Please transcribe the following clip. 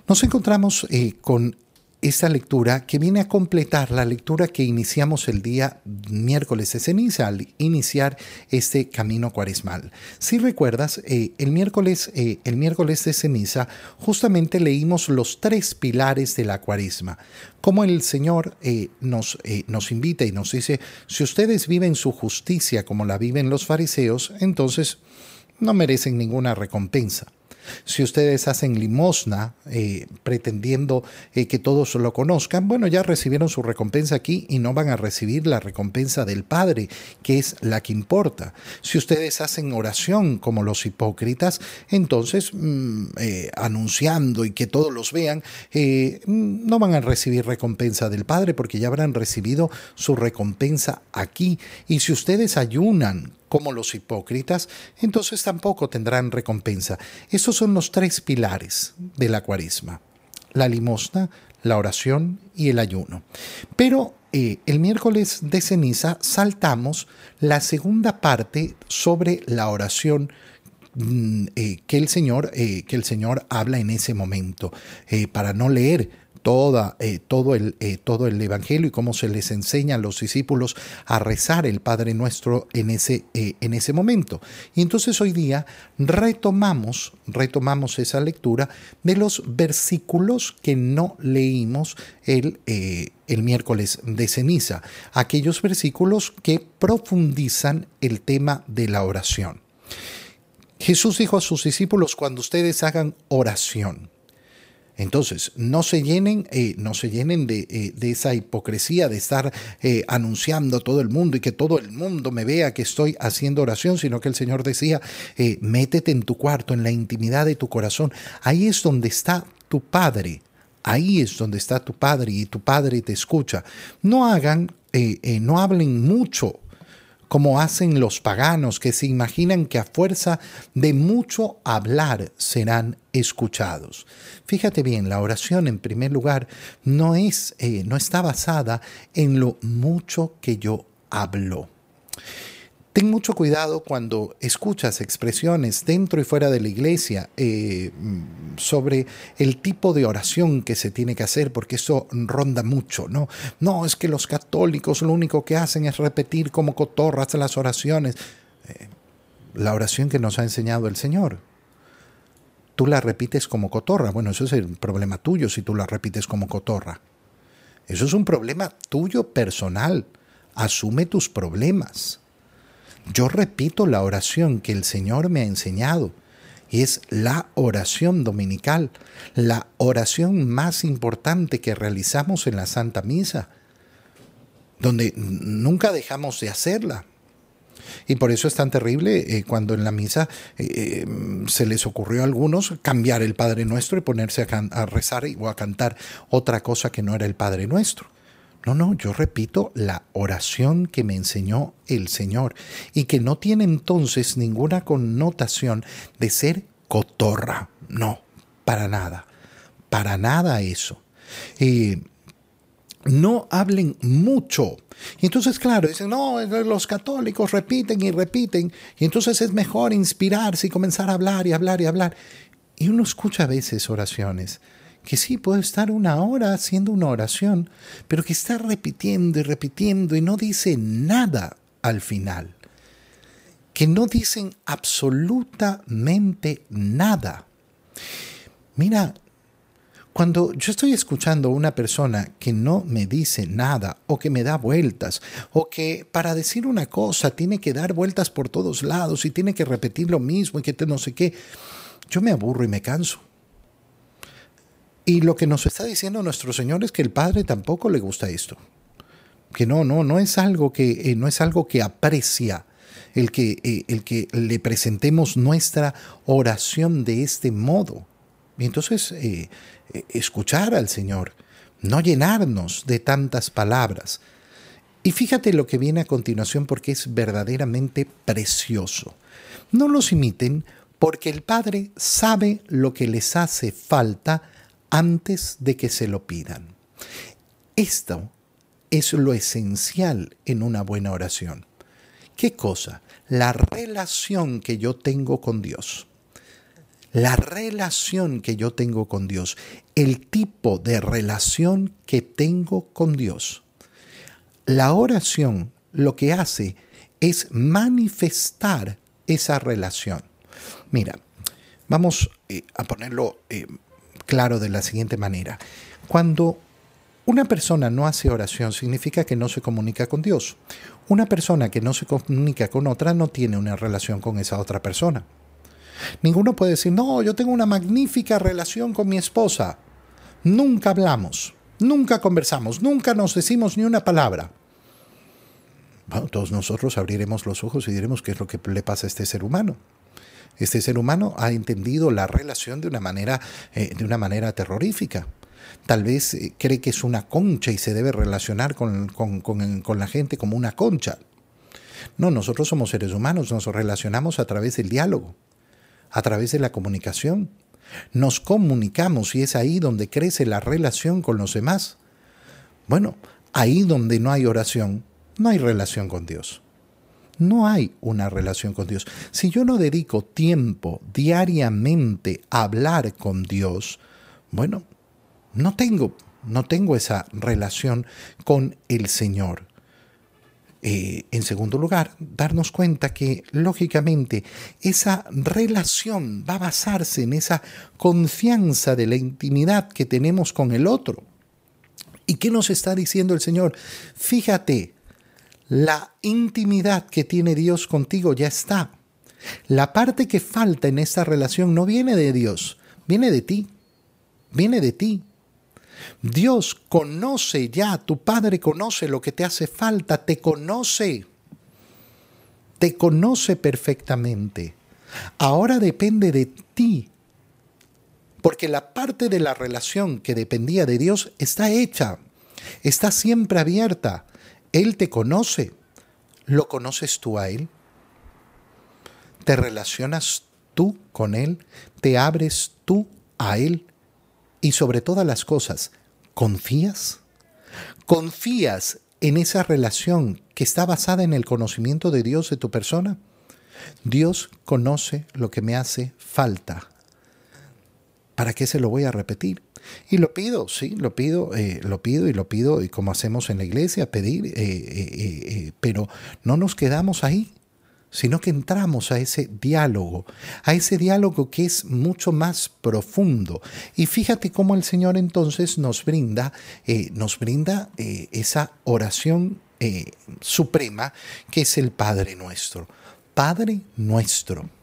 Nos encontramos con esta lectura que viene a completar la lectura que iniciamos el día miércoles de ceniza al iniciar este camino cuaresmal. Si recuerdas, el miércoles de ceniza justamente leímos los tres pilares de la cuaresma. Como el Señor nos invita y nos dice, si ustedes viven su justicia como la viven los fariseos, entonces no merecen ninguna recompensa. Si ustedes hacen limosna pretendiendo que todos lo conozcan, bueno, ya recibieron su recompensa aquí y no van a recibir la recompensa del Padre, que es la que importa. Si ustedes hacen oración como los hipócritas, entonces anunciando y que todos los vean, no van a recibir recompensa del Padre porque ya habrán recibido su recompensa aquí. Y si ustedes ayunan como los hipócritas, entonces tampoco tendrán recompensa. Esos son los tres pilares de la cuaresma: la limosna, la oración y el ayuno. Pero el miércoles de ceniza saltamos la segunda parte sobre la oración que el Señor habla en ese momento, para no leer todo el Evangelio y cómo se les enseña a los discípulos a rezar el Padre Nuestro en ese momento. Y entonces hoy día retomamos esa lectura de los versículos que no leímos el miércoles de ceniza, aquellos versículos que profundizan el tema de la oración. Jesús dijo a sus discípulos: cuando ustedes hagan oración, entonces, no se llenen de esa hipocresía de estar anunciando a todo el mundo y que todo el mundo me vea que estoy haciendo oración, sino que el Señor decía, métete en tu cuarto, en la intimidad de tu corazón. Ahí es donde está tu Padre. Ahí es donde está tu Padre y tu Padre te escucha. No hablen mucho como hacen los paganos, que se imaginan que a fuerza de mucho hablar serán escuchados. Fíjate bien, la oración en primer lugar no está basada en lo mucho que yo hablo. Ten mucho cuidado cuando escuchas expresiones dentro y fuera de la iglesia sobre el tipo de oración que se tiene que hacer, porque eso ronda mucho, ¿no? No, es que los católicos lo único que hacen es repetir como cotorras las oraciones. La oración que nos ha enseñado el Señor, tú la repites como cotorra. Bueno, eso es el problema tuyo si tú la repites como cotorra. Eso es un problema tuyo personal. Asume tus problemas. Yo repito la oración que el Señor me ha enseñado. Es la oración dominical, la oración más importante que realizamos en la Santa Misa, donde nunca dejamos de hacerla. Y por eso es tan terrible cuando en la misa se les ocurrió a algunos cambiar el Padre Nuestro y ponerse a rezar o a cantar otra cosa que no era el Padre Nuestro. No, yo repito la oración que me enseñó el Señor y que no tiene entonces ninguna connotación de ser cotorra. No, para nada eso. No hablen mucho. Y entonces, claro, dicen, no, los católicos repiten y repiten, y entonces es mejor inspirarse y comenzar a hablar y hablar y hablar. Y uno escucha a veces oraciones que sí, puede estar una hora haciendo una oración, pero que está repitiendo y repitiendo y no dice nada al final. Que no dicen absolutamente nada. Mira, cuando yo estoy escuchando a una persona que no me dice nada o que me da vueltas o que para decir una cosa tiene que dar vueltas por todos lados y tiene que repetir lo mismo y que no sé qué, yo me aburro y me canso. Y lo que nos está diciendo nuestro Señor es que el Padre tampoco le gusta esto. Que no es algo que aprecia el que le presentemos nuestra oración de este modo. Y entonces escuchar al Señor, no llenarnos de tantas palabras. Y fíjate lo que viene a continuación porque es verdaderamente precioso. No los imiten porque el Padre sabe lo que les hace falta antes de que se lo pidan. Esto es lo esencial en una buena oración. ¿Qué cosa? La relación que yo tengo con Dios. La relación que yo tengo con Dios, el tipo de relación que tengo con Dios. La oración lo que hace es manifestar esa relación. Mira, vamos a ponerlo claro de la siguiente manera. Cuando una persona no hace oración, significa que no se comunica con Dios. Una persona que no se comunica con otra no tiene una relación con esa otra persona. Ninguno puede decir, no, yo tengo una magnífica relación con mi esposa. Nunca hablamos, nunca conversamos, nunca nos decimos ni una palabra. Bueno, todos nosotros abriremos los ojos y diremos qué es lo que le pasa a este ser humano. Este ser humano ha entendido la relación de una manera terrorífica. Tal vez cree que es una concha y se debe relacionar con la gente como una concha. No, nosotros somos seres humanos, nos relacionamos a través del diálogo, a través de la comunicación. Nos comunicamos y es ahí donde crece la relación con los demás. Bueno, ahí donde no hay oración, no hay relación con Dios. No hay una relación con Dios. Si yo no dedico tiempo diariamente a hablar con Dios, bueno, no tengo esa relación con el Señor. En segundo lugar, darnos cuenta que, lógicamente, esa relación va a basarse en esa confianza de la intimidad que tenemos con el otro. ¿Y qué nos está diciendo el Señor? Fíjate, la intimidad que tiene Dios contigo ya está. La parte que falta en esta relación no viene de Dios, viene de ti. Viene de ti. Dios conoce ya, tu Padre conoce lo que te hace falta, te conoce perfectamente. Ahora depende de ti, porque la parte de la relación que dependía de Dios está hecha, está siempre abierta. Él te conoce. ¿Lo conoces tú a Él? ¿Te relacionas tú con Él? ¿Te abres tú a Él? Y sobre todas las cosas, ¿confías? ¿Confías en esa relación que está basada en el conocimiento de Dios de tu persona? Dios conoce lo que me hace falta. ¿Para qué se lo voy a repetir? Y lo pido, sí, lo pido, y como hacemos en la iglesia, pedir, pero no nos quedamos ahí, sino que entramos a ese diálogo que es mucho más profundo. Y fíjate cómo el Señor entonces nos brinda esa oración suprema que es el Padre Nuestro. Padre Nuestro.